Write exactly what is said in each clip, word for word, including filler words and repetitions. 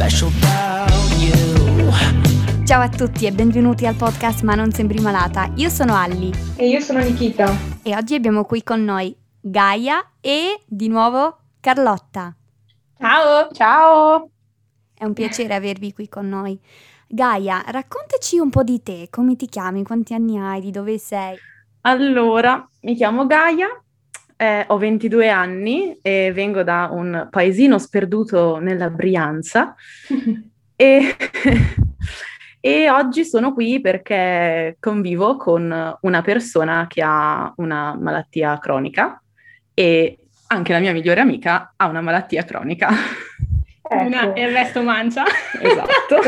special about you. Ciao a tutti e benvenuti al podcast Ma non sembri malata. Io sono Alli. E io sono Nikita. E oggi abbiamo qui con noi Gaia e di nuovo Carlotta. Ciao! Ciao! È un piacere avervi qui con noi. Gaia, raccontaci un po' di te, come ti chiami, quanti anni hai, di dove sei? Allora, mi chiamo Gaia, eh, ho ventidue anni e vengo da un paesino sperduto nella Brianza e, e oggi sono qui perché convivo con una persona che ha una malattia cronica e anche la mia migliore amica ha una malattia cronica. Ecco. Una e il resto mangia. Esatto.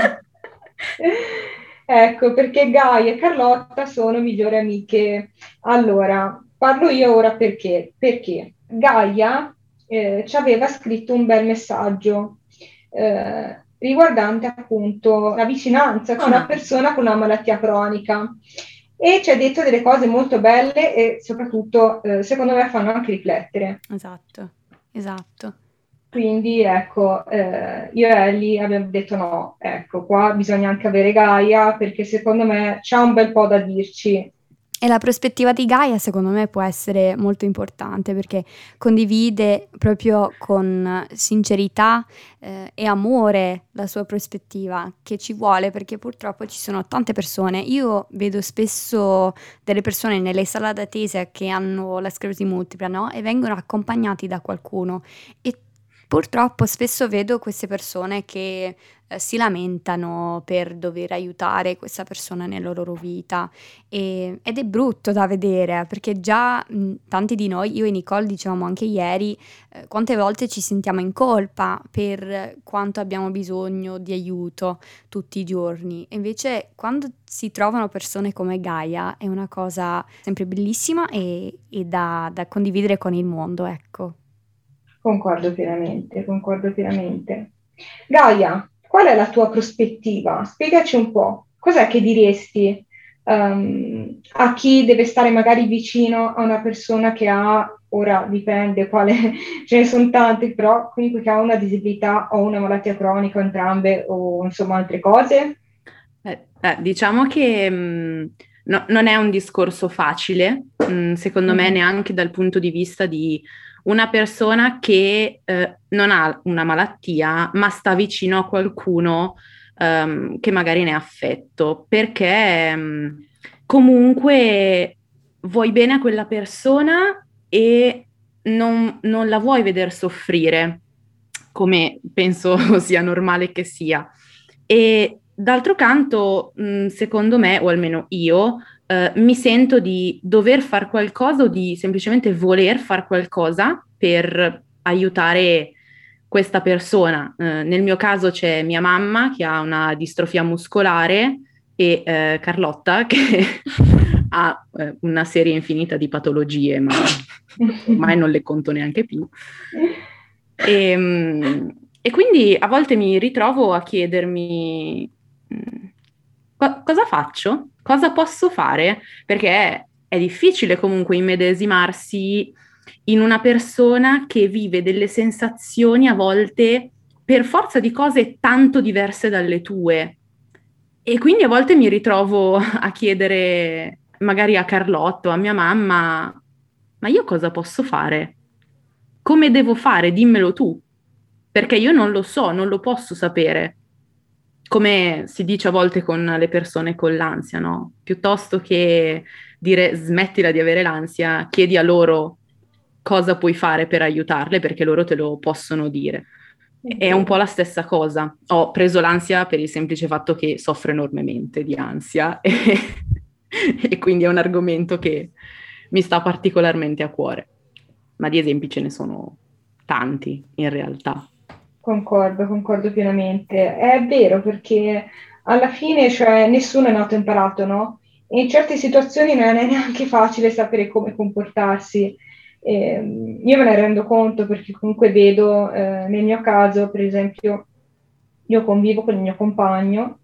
Ecco, perché Gaia e Carlotta sono migliori amiche. Allora, parlo io ora perché. Perché Gaia eh, ci aveva scritto un bel messaggio eh, riguardante appunto la vicinanza con Ah. una persona con una malattia cronica e ci ha detto delle cose molto belle e soprattutto eh, secondo me fanno anche riflettere. Esatto, esatto. Quindi ecco, eh, io e Ellie abbiamo detto no, ecco, qua bisogna anche avere Gaia perché secondo me c'ha un bel po' da dirci. E la prospettiva di Gaia secondo me può essere molto importante perché condivide proprio con sincerità eh, e amore la sua prospettiva che ci vuole perché purtroppo ci sono tante persone. Io vedo spesso delle persone nelle sale d'attesa che hanno la sclerosi multipla, no? E vengono accompagnati da qualcuno e purtroppo spesso vedo queste persone che eh, si lamentano per dover aiutare questa persona nella loro vita e- ed è brutto da vedere perché già mh, tanti di noi, io e Nicole dicevamo anche ieri, eh, quante volte ci sentiamo in colpa per quanto abbiamo bisogno di aiuto tutti i giorni. E invece quando si trovano persone come Gaia è una cosa sempre bellissima e, e da, da condividere con il mondo, ecco. Concordo pienamente, concordo pienamente. Gaia, qual è la tua prospettiva? Spiegaci un po', cos'è che diresti ehm, a chi deve stare magari vicino a una persona che ha, ora dipende quale, ce ne sono tanti, però comunque che ha una disabilità o una malattia cronica, o entrambe, o insomma altre cose? Eh, eh, diciamo che mh, no- non è un discorso facile, mh, secondo me, Mhm. neanche dal punto di vista di una persona che eh, non ha una malattia, ma sta vicino a qualcuno ehm, che magari ne è affetto, perché mh, comunque vuoi bene a quella persona e non, non la vuoi vedere soffrire, come penso sia normale che sia. E d'altro canto, mh, secondo me, o almeno io, eh, mi sento di dover fare qualcosa o di semplicemente voler fare qualcosa per aiutare questa persona. Eh, nel mio caso c'è mia mamma che ha una distrofia muscolare e eh, Carlotta che ha eh, una serie infinita di patologie, ma ormai non le conto neanche più. E, mh, e quindi a volte mi ritrovo a chiedermi mh, co- cosa faccio? Cosa posso fare? Perché è, è difficile comunque immedesimarsi in una persona che vive delle sensazioni a volte per forza di cose tanto diverse dalle tue. E quindi a volte mi ritrovo a chiedere magari a Carlotto, a mia mamma, ma io cosa posso fare? Come devo fare? Dimmelo tu, perché io non lo so, non lo posso sapere. Come si dice a volte con le persone con l'ansia, no? Piuttosto che dire smettila di avere l'ansia, chiedi a loro cosa puoi fare per aiutarle, perché loro te lo possono dire. È un po' la stessa cosa. Ho preso l'ansia per il semplice fatto che soffro enormemente di ansia e, e quindi è un argomento che mi sta particolarmente a cuore. Ma di esempi ce ne sono tanti in realtà. Concordo, concordo pienamente. È vero perché alla fine, cioè, nessuno è nato imparato, no? E in certe situazioni non è neanche facile sapere come comportarsi. Ehm, io me ne rendo conto perché comunque vedo, eh, nel mio caso, per esempio, io convivo con il mio compagno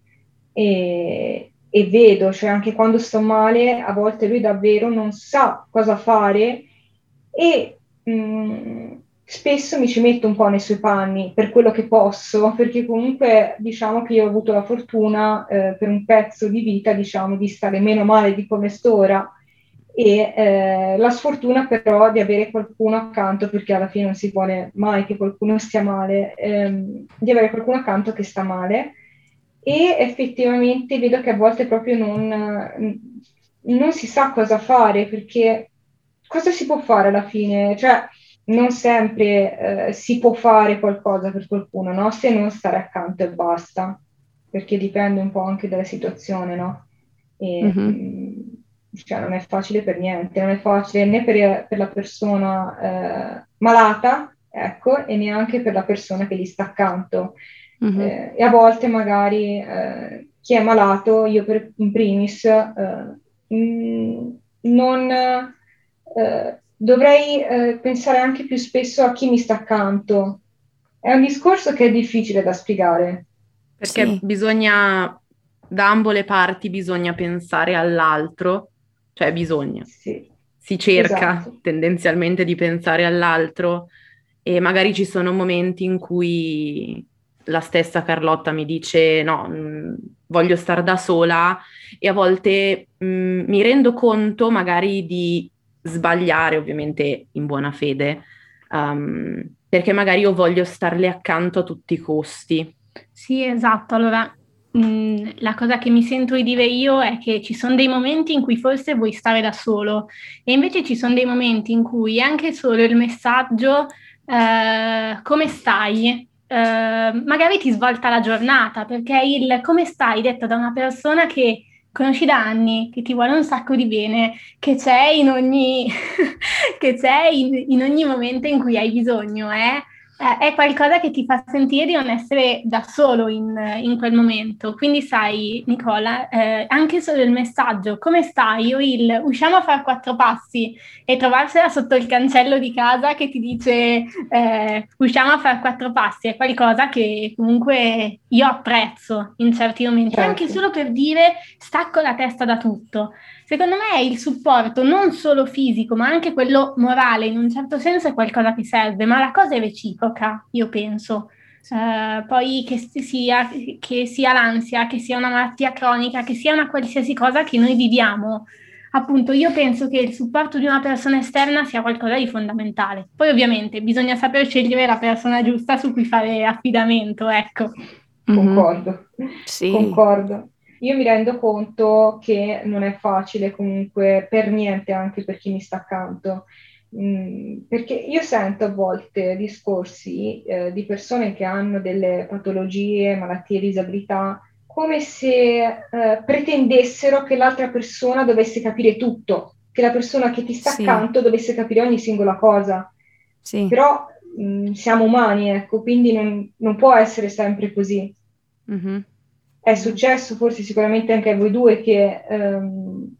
e, e vedo, cioè anche quando sto male, a volte lui davvero non sa cosa fare e mh, spesso mi ci metto un po' nei suoi panni per quello che posso, perché comunque diciamo che io ho avuto la fortuna eh, per un pezzo di vita, diciamo, di stare meno male di come sto ora e eh, la sfortuna però di avere qualcuno accanto, perché alla fine non si vuole mai che qualcuno stia male, ehm, di avere qualcuno accanto che sta male e effettivamente vedo che a volte proprio non, non si sa cosa fare, perché cosa si può fare alla fine? Cioè, non sempre eh, si può fare qualcosa per qualcuno, no? Se non stare accanto e basta, perché dipende un po' anche dalla situazione, no? E, Mhm. mh, cioè, non è facile per niente, non è facile né per, per la persona eh, malata, ecco, e neanche per la persona che gli sta accanto. Mhm. Eh, e a volte magari eh, chi è malato, io per, in primis, eh, mh, non eh, dovrei eh, pensare anche più spesso a chi mi sta accanto. È un discorso che è difficile da spiegare. Perché Sì, bisogna, da ambo le parti bisogna pensare all'altro, cioè bisogna, Sì, si cerca esatto. tendenzialmente di pensare all'altro e magari ci sono momenti in cui la stessa Carlotta mi dice no, mh, voglio stare da sola e a volte mh, mi rendo conto magari di sbagliare, ovviamente in buona fede, um, perché magari io voglio starle accanto a tutti i costi. Sì, esatto. Allora, mh, la cosa che mi sento di dire io è che ci sono dei momenti in cui forse vuoi stare da solo e invece ci sono dei momenti in cui anche solo il messaggio eh, come stai? Eh, magari ti svolta la giornata perché il come stai detto da una persona che conosci da anni, che ti vuole un sacco di bene, che c'è in ogni, che c'è in, in ogni momento in cui hai bisogno, eh? Eh, è qualcosa che ti fa sentire di non essere da solo in, in quel momento. Quindi sai, Nicola, eh, anche solo il messaggio, come stai? O il usciamo a fare quattro passi e trovarsela sotto il cancello di casa che ti dice eh, usciamo a fare quattro passi, è qualcosa che comunque io apprezzo in certi momenti, anche Certo. solo per dire stacco la testa da tutto. Secondo me il supporto non solo fisico, ma anche quello morale, in un certo senso è qualcosa che serve, ma la cosa è reciproca, io penso. Eh, poi che sia, che sia l'ansia, che sia una malattia cronica, che sia una qualsiasi cosa che noi viviamo, appunto, io penso che il supporto di una persona esterna sia qualcosa di fondamentale. Poi ovviamente bisogna saper scegliere la persona giusta su cui fare affidamento, ecco. Mhm. Concordo, Sì. concordo. Io mi rendo conto che non è facile comunque per niente anche per chi mi sta accanto. Mm, perché io sento a volte discorsi eh, di persone che hanno delle patologie, malattie, disabilità, come se eh, pretendessero che l'altra persona dovesse capire tutto, che la persona che ti sta Sì, accanto dovesse capire ogni singola cosa. sì. Però mh, siamo umani, ecco, quindi non, non può essere sempre così. Mhm. È successo forse sicuramente anche a voi due che ehm,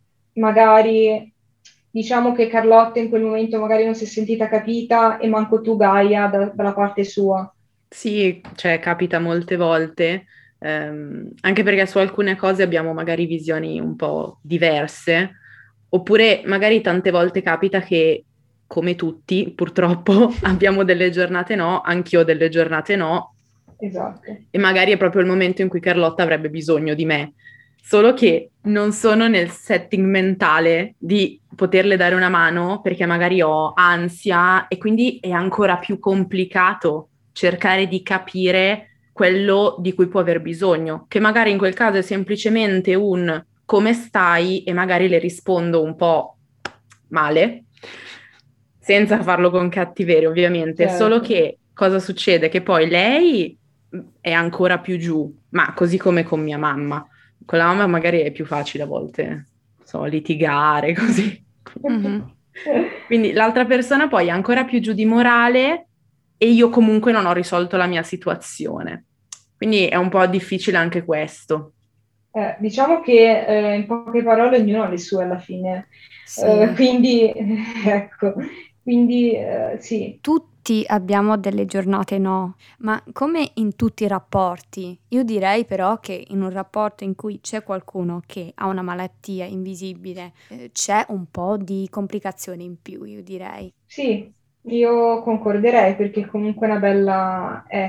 magari diciamo che Carlotta in quel momento magari non si è sentita capita e manco tu Gaia da- dalla parte sua. Sì, cioè capita molte volte, ehm, anche perché su alcune cose abbiamo magari visioni un po' diverse, oppure magari tante volte capita che, come tutti, purtroppo abbiamo delle giornate no, anch'io ho delle giornate no, Esatto. e magari è proprio il momento in cui Carlotta avrebbe bisogno di me. Solo che non sono nel setting mentale di poterle dare una mano perché magari ho ansia e quindi è ancora più complicato cercare di capire quello di cui può aver bisogno, che magari in quel caso è semplicemente un come stai e magari le rispondo un po' male, senza farlo con cattiveria ovviamente, Certo. solo che cosa succede? Che poi lei è ancora più giù, ma così come con mia mamma. Con la mamma magari è più facile a volte, non so, litigare, così. Mhm. Quindi l'altra persona poi è ancora più giù di morale e io comunque non ho risolto la mia situazione. Quindi è un po' difficile anche questo. Eh, diciamo che eh, in poche parole ognuno ha le sue alla fine. Sì. Eh, quindi ecco, quindi eh, sì. Tutti abbiamo delle giornate no, ma come in tutti i rapporti, io direi però che in un rapporto in cui c'è qualcuno che ha una malattia invisibile, eh, c'è un po' di complicazione in più, io direi. Sì, Io concorderei perché comunque è una bella... eh,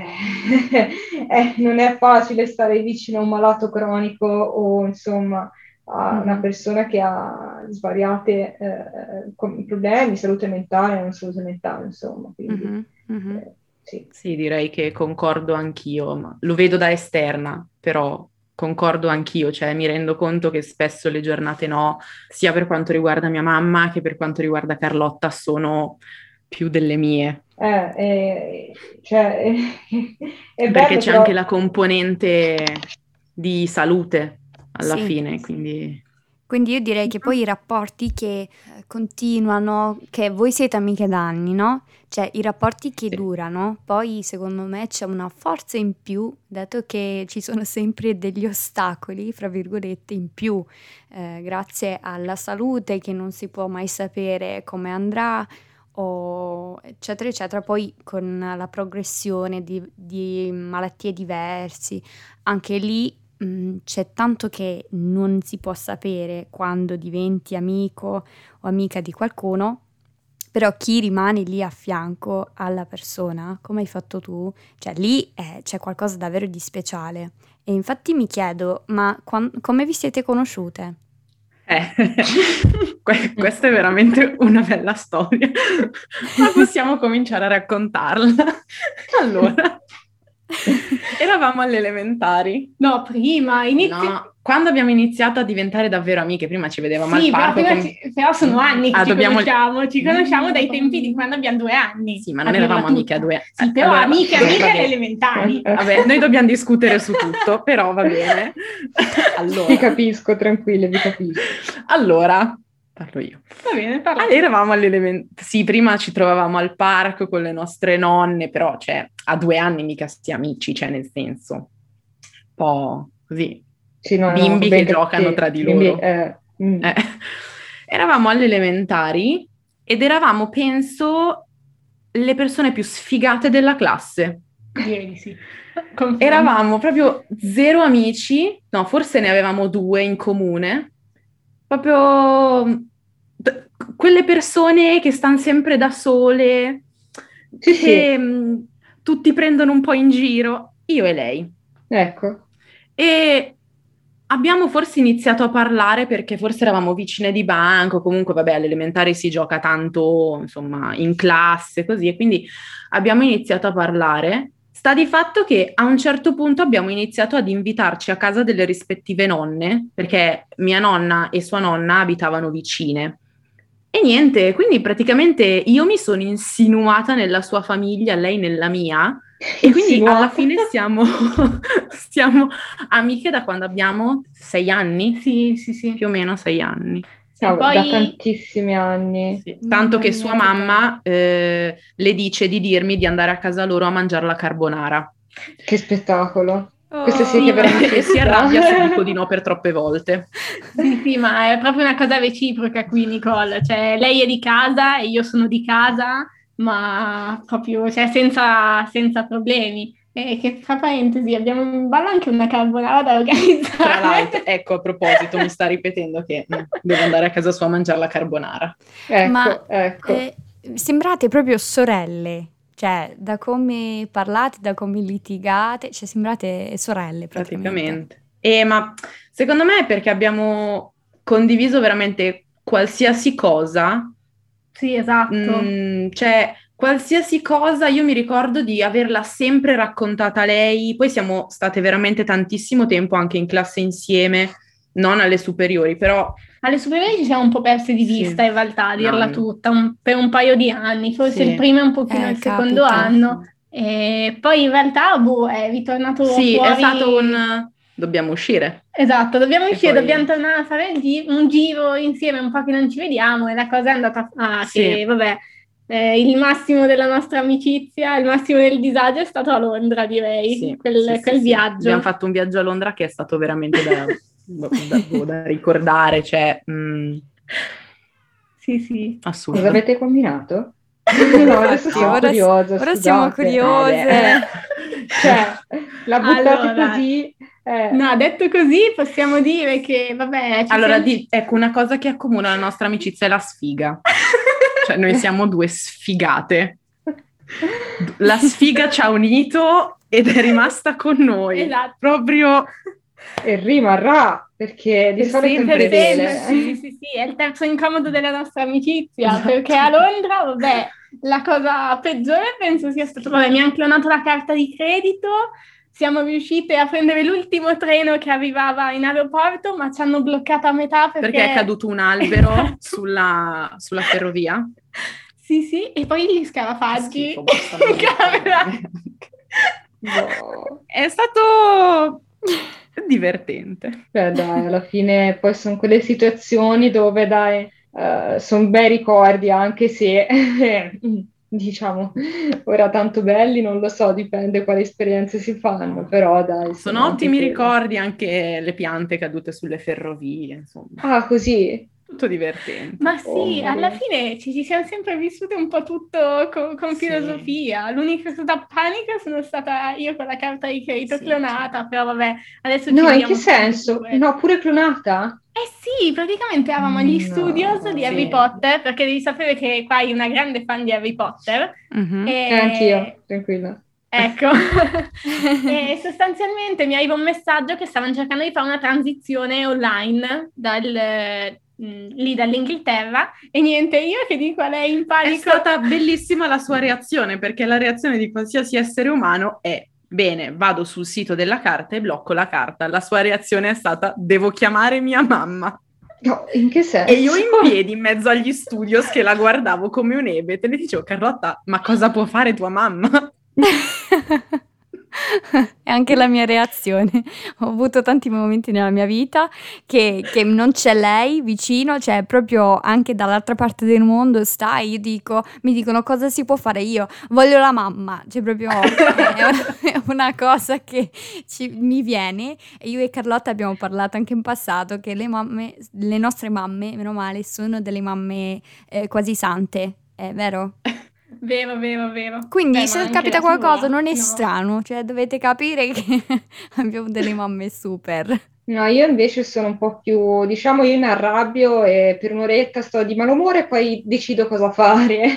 eh, non è facile stare vicino a un malato cronico o insomma a una Mhm. persona che ha svariate eh, com- problemi di salute mentale e non salute mentale, insomma, quindi Mhm, mhm. eh, sì. Sì, direi che concordo anch'io, ma lo vedo da esterna, però concordo anch'io, cioè mi rendo conto che spesso le giornate no, sia per quanto riguarda mia mamma che per quanto riguarda Carlotta, sono più delle mie, Eh, eh, cioè, è perché bello c'è anche però... la componente di salute alla Sì. fine, quindi Quindi io direi che poi i rapporti che eh, continuano, che voi siete amiche da anni, no? Cioè i rapporti che sì. durano, poi secondo me c'è una forza in più, dato che ci sono sempre degli ostacoli, fra virgolette, in più, eh, grazie alla salute che non si può mai sapere come andrà, o eccetera, eccetera. Poi con la progressione di, di malattie diverse, anche lì mh, c'è tanto che non si può sapere quando diventi amico o amica di qualcuno, però chi rimane lì a fianco alla persona, come hai fatto tu, cioè lì eh, c'è qualcosa davvero di speciale. E infatti mi chiedo, ma quan- come vi siete conosciute? Eh, que- questa è veramente una bella storia, ma possiamo cominciare a raccontarla. Allora, eravamo alle elementari. No, prima, inizio... No, quando abbiamo iniziato a diventare davvero amiche, prima ci vedevamo Sì, al però, parco. prima con- ci- però sono anni che Ah, ci dobbiamo- conosciamo, ci conosciamo dai tempi di quando abbiamo due anni. Sì, ma a non dirla eravamo amiche a tutta. due anni. Sì, però Allora, amiche, vabbè, amiche vabbè. alle elementari. Vabbè, noi dobbiamo discutere su tutto, però va bene. Allora, Vi capisco, tranquille, vi capisco. allora, parlo io. Va bene, parla. Ah, eravamo all'elementare. Sì, prima ci trovavamo al parco con le nostre nonne, però, cioè, a due anni mica si è amici, cioè, nel senso, un po' così, Sì, no, no, bimbi ben che giocano sì, tra di bimbi, loro. eh, mm. Eh, Eravamo alle elementari ed eravamo, penso, le persone più sfigate della classe. Direi di sì. Confermo. Eravamo proprio zero amici, no, forse ne avevamo due in comune, proprio d- quelle persone che stanno sempre da sole, Sì, che mh, tutti prendono un po' in giro, io e lei. Ecco. E abbiamo forse iniziato a parlare perché forse eravamo vicine di banco, comunque vabbè, alle elementari si gioca tanto, insomma, in classe, così, e quindi abbiamo iniziato a parlare. Sta di fatto che a un certo punto abbiamo iniziato ad invitarci a casa delle rispettive nonne, perché mia nonna e sua nonna abitavano vicine. E niente, quindi praticamente io mi sono insinuata nella sua famiglia, lei nella mia, e quindi Insinuata. alla fine siamo, siamo amiche da quando abbiamo sei anni, Sì, sì, sì. più o meno sei anni. Sì, Cavolo, poi... da tantissimi anni. Sì. Tanto che sua Mamma mia, che mamma eh, le dice di dirmi di andare a casa loro a mangiare la carbonara. Che spettacolo. Oh. Questo sì Sì, che è veramente... E si arrabbia se dico di no per troppe volte. Sì, sì, ma è proprio una cosa reciproca qui, Nicole. Cioè, lei è di casa e io sono di casa, ma proprio, cioè, senza, senza problemi. E che fra parentesi, abbiamo in ballo anche una carbonara da organizzare. Tra l'altro, ecco, a proposito, mi sta ripetendo che mm, devo andare a casa sua a mangiare la carbonara. Ecco, Ma ecco. eh, sembrate proprio sorelle, cioè da come parlate, da come litigate, cioè sembrate sorelle praticamente. Praticamente. E, ma secondo me è perché abbiamo condiviso veramente qualsiasi cosa. Sì, esatto. Mm, cioè, qualsiasi cosa, io mi ricordo di averla sempre raccontata a lei. Poi siamo state veramente tantissimo tempo anche in classe insieme, non alle superiori, però Alle superiori ci siamo un po' perse di Sì. vista, in realtà, a dirla No, no. tutta, un- per un paio di anni, forse Sì. il primo e un pochino Eh, il secondo capita. anno. E poi in realtà, boh, è ritornato Sì, fuori... è stato un dobbiamo uscire. Esatto, dobbiamo E uscire, poi- dobbiamo tornare a fare il gi- un giro insieme, un po' che non ci vediamo, e la cosa è andata a Sì. che, vabbè, eh, il massimo della nostra amicizia, il massimo del disagio è stato a Londra, direi, Sì, quel, sì, sì, quel sì. viaggio. Abbiamo fatto un viaggio a Londra che è stato veramente da, da- da ricordare, cioè mm, Sì, sì. assurdo. Cosa avete combinato? No, adesso Sì, siamo ora- curiosa, ora siamo scusate. curiose. Vabbè. Cioè, la buttate Allora, così... eh. No, detto così possiamo dire che, vabbè, ci Allora, siamo- di- ecco, una cosa che accomuna la nostra amicizia è la sfiga. Cioè noi siamo due sfigate. La sfiga ci ha unito ed è rimasta con noi. Esatto. Proprio... E rimarrà, perché di Per solito è sempre, fedele. Sì, sì, sì, è il terzo incomodo della nostra amicizia, perché a Londra, vabbè, la cosa peggiore penso sia stato, vabbè, mi hanno clonato la carta di credito, siamo riuscite a prendere l'ultimo treno che arrivava in aeroporto, ma ci hanno bloccata a metà perché... Perché è caduto un albero sulla, sulla ferrovia. Sì, sì, e poi gli scarafaggi Schifo, basta, in camera. No. È stato divertente. Beh, dai, alla fine poi sono quelle situazioni dove, dai, sono bei ricordi, anche se, diciamo, ora tanto belli, non lo so, dipende quali esperienze si fanno, però dai. Sono ottimi quelle. ricordi anche le piante cadute sulle ferrovie, insomma. Ah, così? Tutto divertente. Ma sì, Oh, alla Maria. fine ci, ci siamo sempre vissute un po' tutto con, con Sì. filosofia. L'unica cosa panica sono stata io con la carta di credito Sì. clonata, però vabbè, adesso ci No, in vediamo che senso? comunque. No, pure clonata? Eh sì, praticamente eravamo agli No, studios di Harry sì. Potter, perché devi sapere che qua hai una grande fan di Harry Potter. Mhm. E... Eh, anch'io, tranquilla. Ecco, e sostanzialmente mi arriva un messaggio che stavano cercando di fare una transizione online dal, mh, lì dall'Inghilterra e niente, io che dico a lei in È panico. stata bellissima la sua reazione, perché la reazione di qualsiasi essere umano è: bene, vado sul sito della carta e blocco la carta. La sua reazione è stata: devo chiamare mia mamma. No, in che senso? E io in piedi in mezzo agli studios che la guardavo come un ebete, le dicevo: Carlotta, ma cosa può fare tua mamma? È anche la mia reazione. Ho avuto tanti momenti nella mia vita che, che non c'è lei vicino, cioè proprio anche dall'altra parte del mondo stai, io dico, mi dicono cosa si può fare, io voglio la mamma, cioè proprio è una, è una cosa che ci- mi viene, e io e Carlotta abbiamo parlato anche in passato che le mamme, le nostre mamme, meno male, sono delle mamme eh, quasi sante, è vero? Vero, vero, vero. Quindi Beh, ma se anche capita la qualcosa sua, non è no. strano, cioè dovete capire che abbiamo delle mamme super. No, io invece sono un po' più, diciamo, io mi arrabbio e per un'oretta sto di malumore e poi decido cosa fare.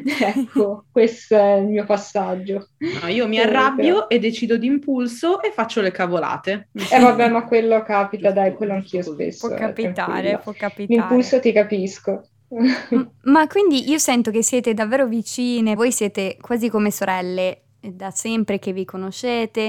Ecco, questo è il mio passaggio. No, io mi Eh, arrabbio però- e decido d'impulso e faccio le cavolate. Eh vabbè, ma quello capita, dai, quello Giusto anch'io così. spesso, Può eh, capitare, tranquilla. può capitare. L'impulso ti capisco. M- Ma quindi io sento che siete davvero vicine, voi siete quasi come sorelle eh, da sempre che vi conoscete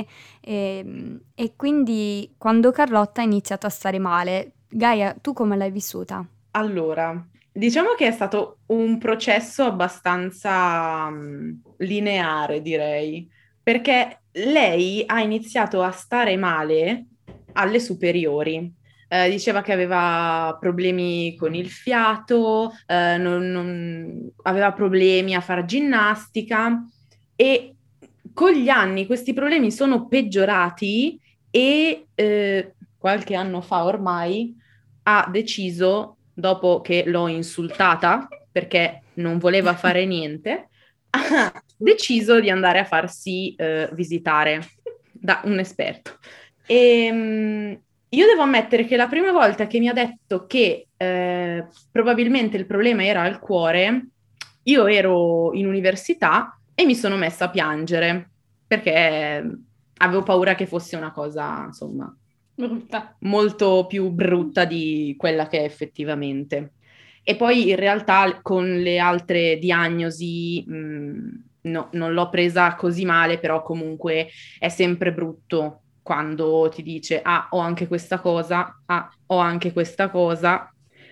ehm, e, quindi quando Carlotta ha iniziato a stare male, Gaia, tu come l'hai vissuta? Allora, diciamo che è stato un processo abbastanza mm, lineare, direi, perché lei ha iniziato a stare male alle superiori. Eh, diceva che aveva problemi con il fiato, eh, non- non- aveva problemi a fare ginnastica e con gli anni questi problemi sono peggiorati e eh, qualche anno fa ormai ha deciso, dopo che l'ho insultata perché non voleva fare niente, ha deciso di andare a farsi eh, visitare da un esperto. E, mh, io devo ammettere che la prima volta che mi ha detto che eh, probabilmente il problema era al cuore, io ero in università e mi sono messa a piangere perché avevo paura che fosse una cosa, insomma, Brutta. molto più brutta di quella che è effettivamente. E poi in realtà con le altre diagnosi mh, no, non l'ho presa così male, però comunque è sempre brutto quando ti dice: ah, ho anche questa cosa, ah, ho anche questa cosa.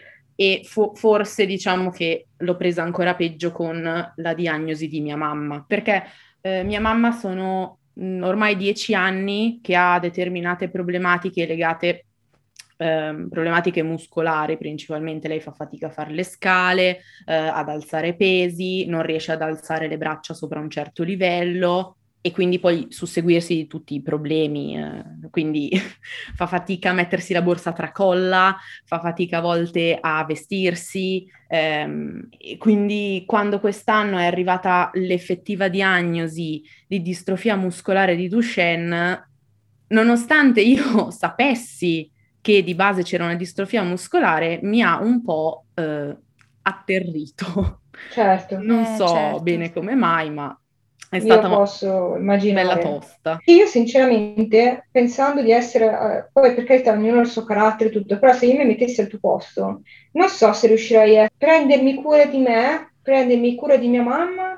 E fo- forse diciamo che l'ho presa ancora peggio con la diagnosi di mia mamma, perché eh, mia mamma sono mh, ormai dieci anni che ha determinate problematiche legate, ehm, problematiche muscolari principalmente. Lei fa fatica a fare le scale, eh, ad alzare pesi, non riesce ad alzare le braccia sopra un certo livello e quindi poi susseguirsi di tutti i problemi, eh, quindi fa fatica a mettersi la borsa a tracolla, fa fatica a volte a vestirsi, ehm, e quindi quando quest'anno è arrivata l'effettiva diagnosi di distrofia muscolare di Duchenne, nonostante io sapessi che di base c'era una distrofia muscolare, mi ha un po' eh, atterrito, certo. Non Eh, so certo. bene come mai, ma è Io stata mo- posso bella immaginare. tosta. Io sinceramente, pensando di essere, eh, poi per carità ognuno ha il suo carattere e tutto, però se io mi mettessi al tuo posto, non so se riuscirei a prendermi cura di me, prendermi cura di mia mamma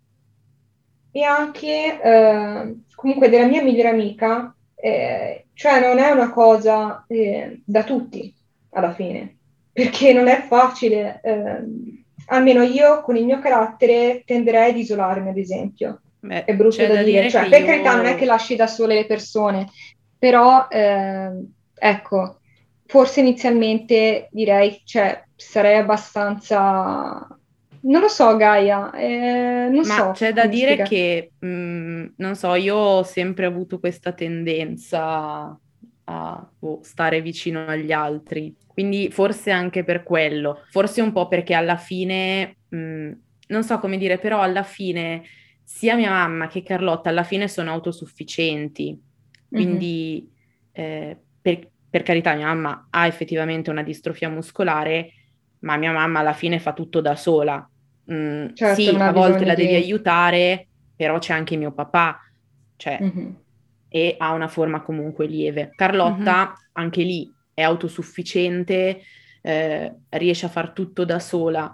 e anche eh, comunque della mia migliore amica, eh, cioè non è una cosa eh, da tutti alla fine, perché non è facile, eh, almeno io con il mio carattere tenderei ad isolarmi, ad esempio. Beh, È brutto c'è da da dire, dire che cioè per carità non è che io... lasci da sole le persone, però eh, ecco, forse inizialmente direi, cioè sarei abbastanza... Non lo so, Gaia, eh, non Ma so c'è da come dire spiegare. che, mh, non so, io ho sempre avuto questa tendenza a boh, stare vicino agli altri, quindi forse anche per quello, forse un po' perché alla fine, mh, non so come dire, però alla fine sia mia mamma che Carlotta alla fine sono autosufficienti, Mhm. quindi eh, per, per carità mia mamma ha effettivamente una distrofia muscolare, ma mia mamma alla fine fa tutto da sola. Mm, Certo, sì, non ha a volte bisogno la devi di... aiutare, però c'è anche mio papà, cioè, Mhm. e ha una forma comunque lieve. Mhm. Carlotta, anche lì, è autosufficiente, eh, riesce a far tutto da sola,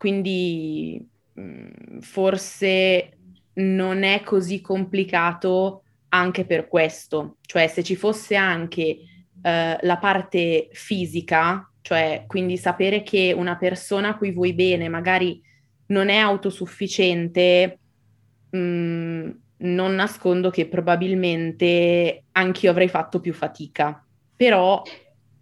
quindi mm, forse non è così complicato anche per questo. Cioè, se ci fosse anche eh, la parte fisica, cioè quindi sapere che una persona a cui vuoi bene magari non è autosufficiente, mh, non nascondo che probabilmente anch'io avrei fatto più fatica, però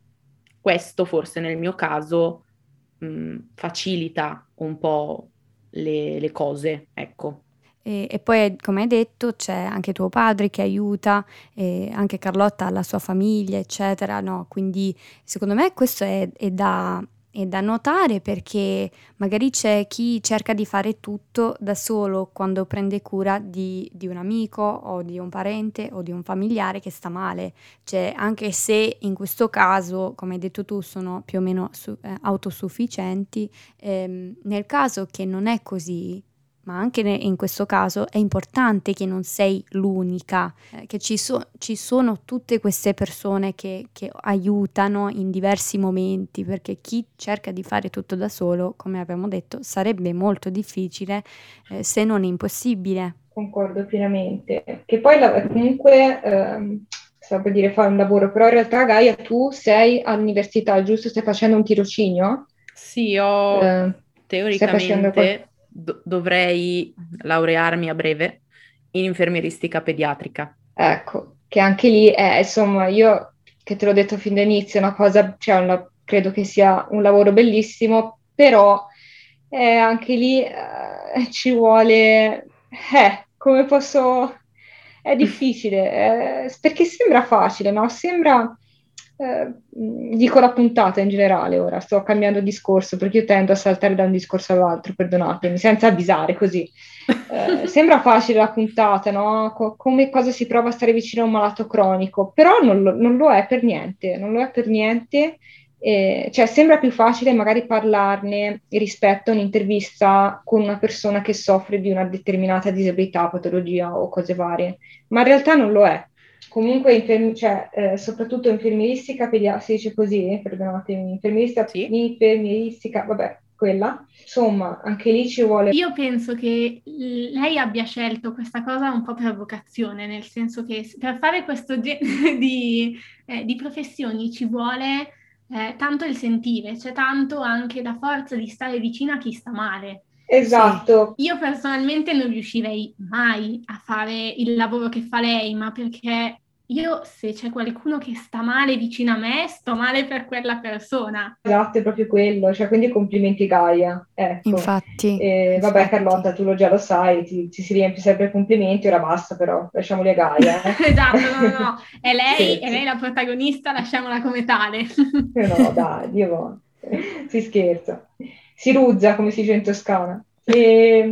questo forse nel mio caso mh, facilita un po' le, le cose, ecco. E, e poi, come hai detto, c'è anche tuo padre che aiuta, e anche Carlotta ha la sua famiglia, eccetera, no? Quindi secondo me questo è, è da, è da notare perché magari c'è chi cerca di fare tutto da solo quando prende cura di, di un amico o di un parente o di un familiare che sta male. Cioè, anche se in questo caso, come hai detto tu, sono più o meno su- eh, autosufficienti, ehm, nel caso che non è così, ma anche ne- in questo caso è importante che non sei l'unica, eh, che ci, so- ci sono tutte queste persone che, che aiutano in diversi momenti, perché chi cerca di fare tutto da solo, come abbiamo detto, sarebbe molto difficile, eh, se non impossibile. Concordo pienamente. Che poi la- comunque, ehm, stavo per dire fare un lavoro, però in realtà Gaia tu sei all'università, giusto? Stai facendo un tirocinio? Sì, io Eh, stai facendo qual- teoricamente do- dovrei laurearmi a breve in infermieristica pediatrica. Ecco, che anche lì è, insomma, io che te l'ho detto fin dall'inizio, è una cosa, cioè, una- credo che sia un lavoro bellissimo, però eh, anche lì eh, ci vuole, eh, come posso, è difficile, eh, perché sembra facile, no? Sembra, eh, dico la puntata in generale ora, sto cambiando discorso perché io tendo a saltare da un discorso all'altro, perdonatemi, senza avvisare così. Eh, sembra facile la puntata, no? Co- come cosa si prova a stare vicino a un malato cronico, però non lo, non lo è per niente, non lo è per niente. Eh, cioè sembra più facile magari parlarne rispetto a un'intervista con una persona che soffre di una determinata disabilità, patologia o cose varie, ma in realtà non lo è. Comunque, infermi- cioè, eh, soprattutto infermieristica, pedia- si dice così, perdonatemi, infermieristica, Sì? infermieristica, vabbè, quella, insomma, anche lì ci vuole... Io penso che lei abbia scelto questa cosa un po' per vocazione, nel senso che s- per fare questo genere di, eh, di professioni ci vuole eh, tanto il sentire, c'è tanto anche la forza di stare vicino a chi sta male. Sì, Esatto, Io personalmente non riuscirei mai a fare il lavoro che fa lei, ma perché io, se c'è qualcuno che sta male vicino a me, sto male per quella persona. esatto, è proprio quello, cioè quindi complimenti Gaia, ecco. infatti, E, vabbè infatti. Carlotta, tu lo già lo sai, ti, ci si riempie sempre complimenti, ora basta però, lasciamoli a Gaia, eh. Esatto, no, no, no, è lei, è lei Scherzo. la protagonista, lasciamola come tale. Eh No, dai, Dio buono. Si scherza. Si ruzza, come si dice in Toscana. E...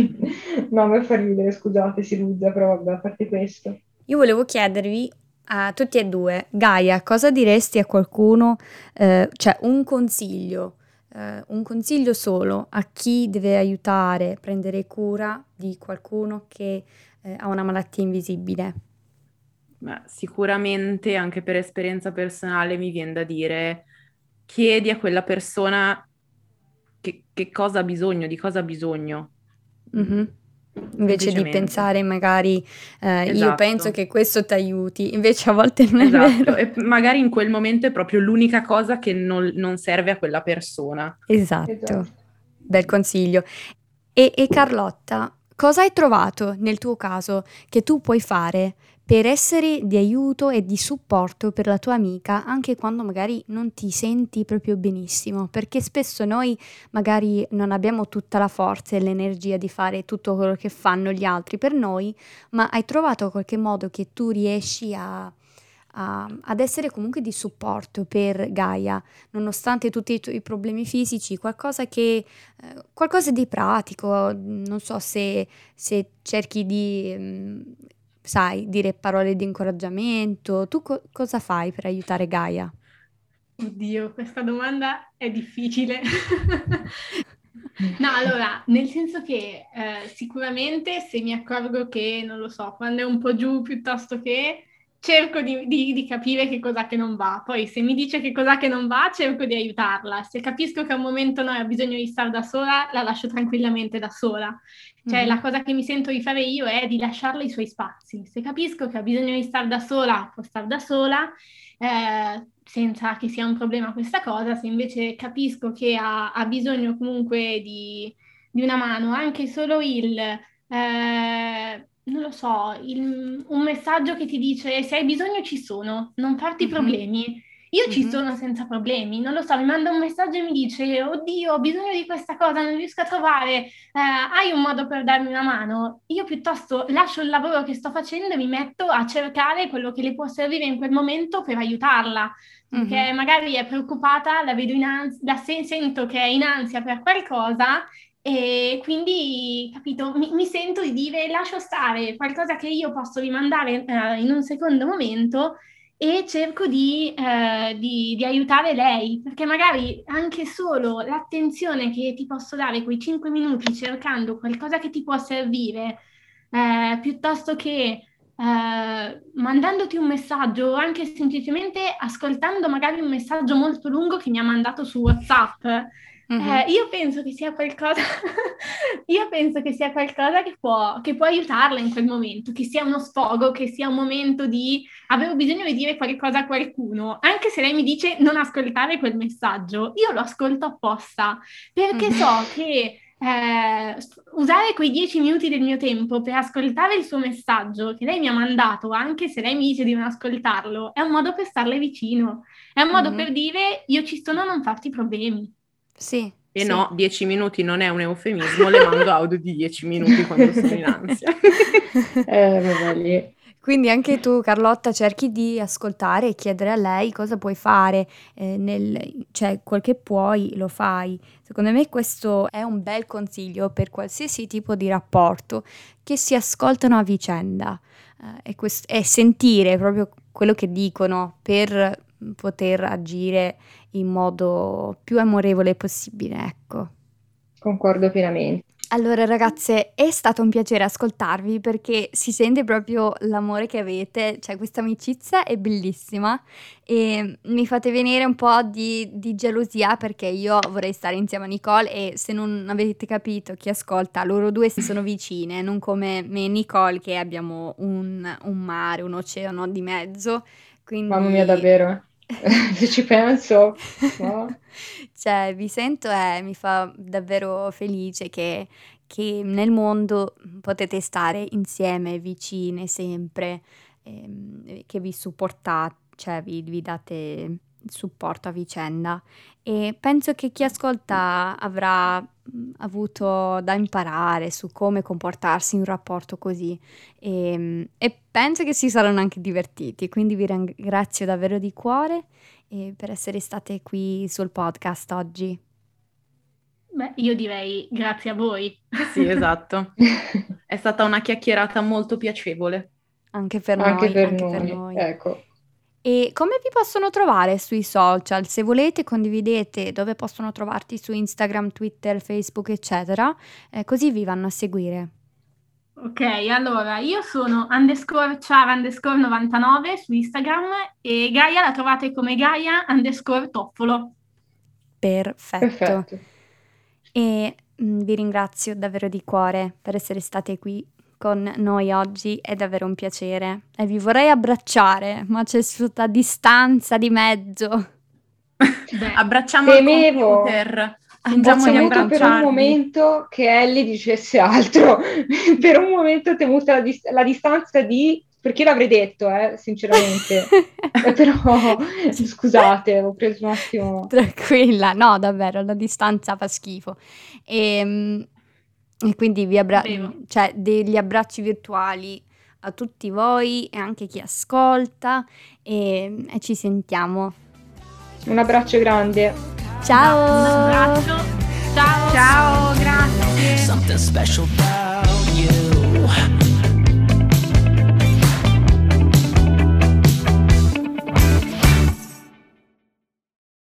No, mi fa ridere, scusate, si ruzza, però vabbè, a parte questo. Io volevo chiedervi a tutti e due, Gaia, cosa diresti a qualcuno, eh, cioè un consiglio eh, un consiglio solo a chi deve aiutare, prendere cura di qualcuno che eh, ha una malattia invisibile? Beh, sicuramente anche per esperienza personale mi viene da dire, chiedi a quella persona che, che cosa ha bisogno, di cosa ha bisogno. Mhm. Invece di Semplicemente. pensare magari eh, io Esatto. penso che questo ti aiuti, invece a volte non è Esatto, vero. e magari in quel momento è proprio l'unica cosa che non, non serve a quella persona. Esatto, Esatto. bel consiglio. E, e Carlotta, cosa hai trovato nel tuo caso che tu puoi fare per essere di aiuto e di supporto per la tua amica anche quando magari non ti senti proprio benissimo? Perché spesso noi magari non abbiamo tutta la forza e l'energia di fare tutto quello che fanno gli altri per noi, ma hai trovato qualche modo che tu riesci a, a- ad essere comunque di supporto per Gaia, nonostante tutti i tuoi problemi fisici, qualcosa che eh, qualcosa di pratico, non so se, se cerchi di, mm, sai, dire parole di incoraggiamento, tu co- cosa fai per aiutare Gaia? Oddio, questa domanda è difficile. No, allora, nel senso che eh, sicuramente se mi accorgo che, non lo so, quando è un po' giù piuttosto che, cerco di, di- di capire che cos'è che non va. Poi se mi dice che cos'è che non va, cerco di aiutarla. Se capisco che a un momento noi ha bisogno di stare da sola, la lascio tranquillamente da sola. Cioè, Mhm. la cosa che mi sento di fare io è di lasciarle i suoi spazi. Se capisco che ha bisogno di stare da sola, può stare da sola, eh, senza che sia un problema questa cosa. Se invece capisco che ha, ha bisogno comunque di, di una mano, anche solo il, eh, non lo so, il- un messaggio che ti dice se hai bisogno ci sono, non farti Mhm. problemi. Io ci Mhm. sono senza problemi, non lo so, mi manda un messaggio e mi dice, oddio, ho bisogno di questa cosa, non riesco a trovare, eh, hai un modo per darmi una mano? Io piuttosto lascio il lavoro che sto facendo e mi metto a cercare quello che le può servire in quel momento per aiutarla, perché Mhm. magari è preoccupata, la vedo in ansia, la sen- sento che è in ansia per qualcosa e quindi, capito, mi, mi sento di dire lascio stare qualcosa che io posso rimandare eh, in un secondo momento e cerco di, eh, di- di aiutare lei, perché magari anche solo l'attenzione che ti posso dare quei cinque minuti cercando qualcosa che ti può servire, eh, piuttosto che eh, mandandoti un messaggio o anche semplicemente ascoltando magari un messaggio molto lungo che mi ha mandato su WhatsApp. Mhm. Eh, io penso che sia qualcosa, io penso che sia qualcosa che può, che può aiutarla in quel momento, che sia uno sfogo, che sia un momento di avevo bisogno di dire qualcosa a qualcuno, anche se lei mi dice non ascoltare quel messaggio, io lo ascolto apposta, perché Mhm. so che eh, usare quei dieci minuti del mio tempo per ascoltare il suo messaggio che lei mi ha mandato, anche se lei mi dice di non ascoltarlo, è un modo per starle vicino, è un modo Mhm. per dire io ci sono, non farti problemi. Sì, E sì. no, dieci minuti non è un eufemismo, le mando audio di dieci minuti quando sono in ansia. Eh, vabbè, lì. Quindi anche tu, Carlotta, cerchi di ascoltare e chiedere a lei cosa puoi fare, eh, nel- cioè quel che puoi lo fai. Secondo me questo è un bel consiglio per qualsiasi tipo di rapporto, che si ascoltano a vicenda, eh, e, quest- e sentire proprio quello che dicono per poter agire in modo più amorevole possibile, ecco. Concordo pienamente. Allora ragazze, è stato un piacere ascoltarvi perché si sente proprio l'amore che avete, cioè questa amicizia è bellissima e mi fate venire un po' di, di gelosia perché io vorrei stare insieme a Nicole e se non avete capito chi ascolta, loro due si sono vicine, non come me e Nicole che abbiamo un, un mare, un oceano di mezzo, quindi... Mamma mia, davvero, eh. Se ci penso, no? Cioè, vi sento e mi fa davvero felice che, che nel mondo potete stare insieme, vicine, sempre, ehm, che vi supportate, cioè vi, vi date il supporto a vicenda. E penso che chi ascolta avrà mh, avuto da imparare su come comportarsi in un rapporto così e, e penso che si saranno anche divertiti, quindi vi ringrazio davvero di cuore e per essere state qui sul podcast oggi. Beh, io direi grazie a voi. Sì, esatto. È stata una chiacchierata molto piacevole. Anche per Anche noi, per anche per noi, noi. ecco. E come vi possono trovare sui social? Se volete condividete dove possono trovarti su Instagram, Twitter, Facebook, eccetera, eh, così vi vanno a seguire. Ok, allora io sono underscore Ciara underscore novantanove su Instagram e Gaia la trovate come Gaia underscore Toffolo. Perfetto. Perfetto. E mh, vi ringrazio davvero di cuore per essere state qui con noi oggi, è davvero un piacere e vi vorrei abbracciare, ma c'è questa distanza di mezzo. Beh, Abbracciamo Temevo. il computer. Ho Fingiamo di temuto per un abbracciarvi. momento che Ellie dicesse altro. Per un momento ho temuto la, dis- la distanza di... Perché io l'avrei detto, eh, sinceramente. Eh, però, scusate, ho preso un attimo... Tranquilla, no, davvero, la distanza fa schifo. E, e quindi vi abbra- Vero. cioè, degli abbracci virtuali a tutti voi e anche chi ascolta e, e ci sentiamo. Un abbraccio grande. un Ciao! abbraccio. Ciao. Ciao, grazie. Something special about you.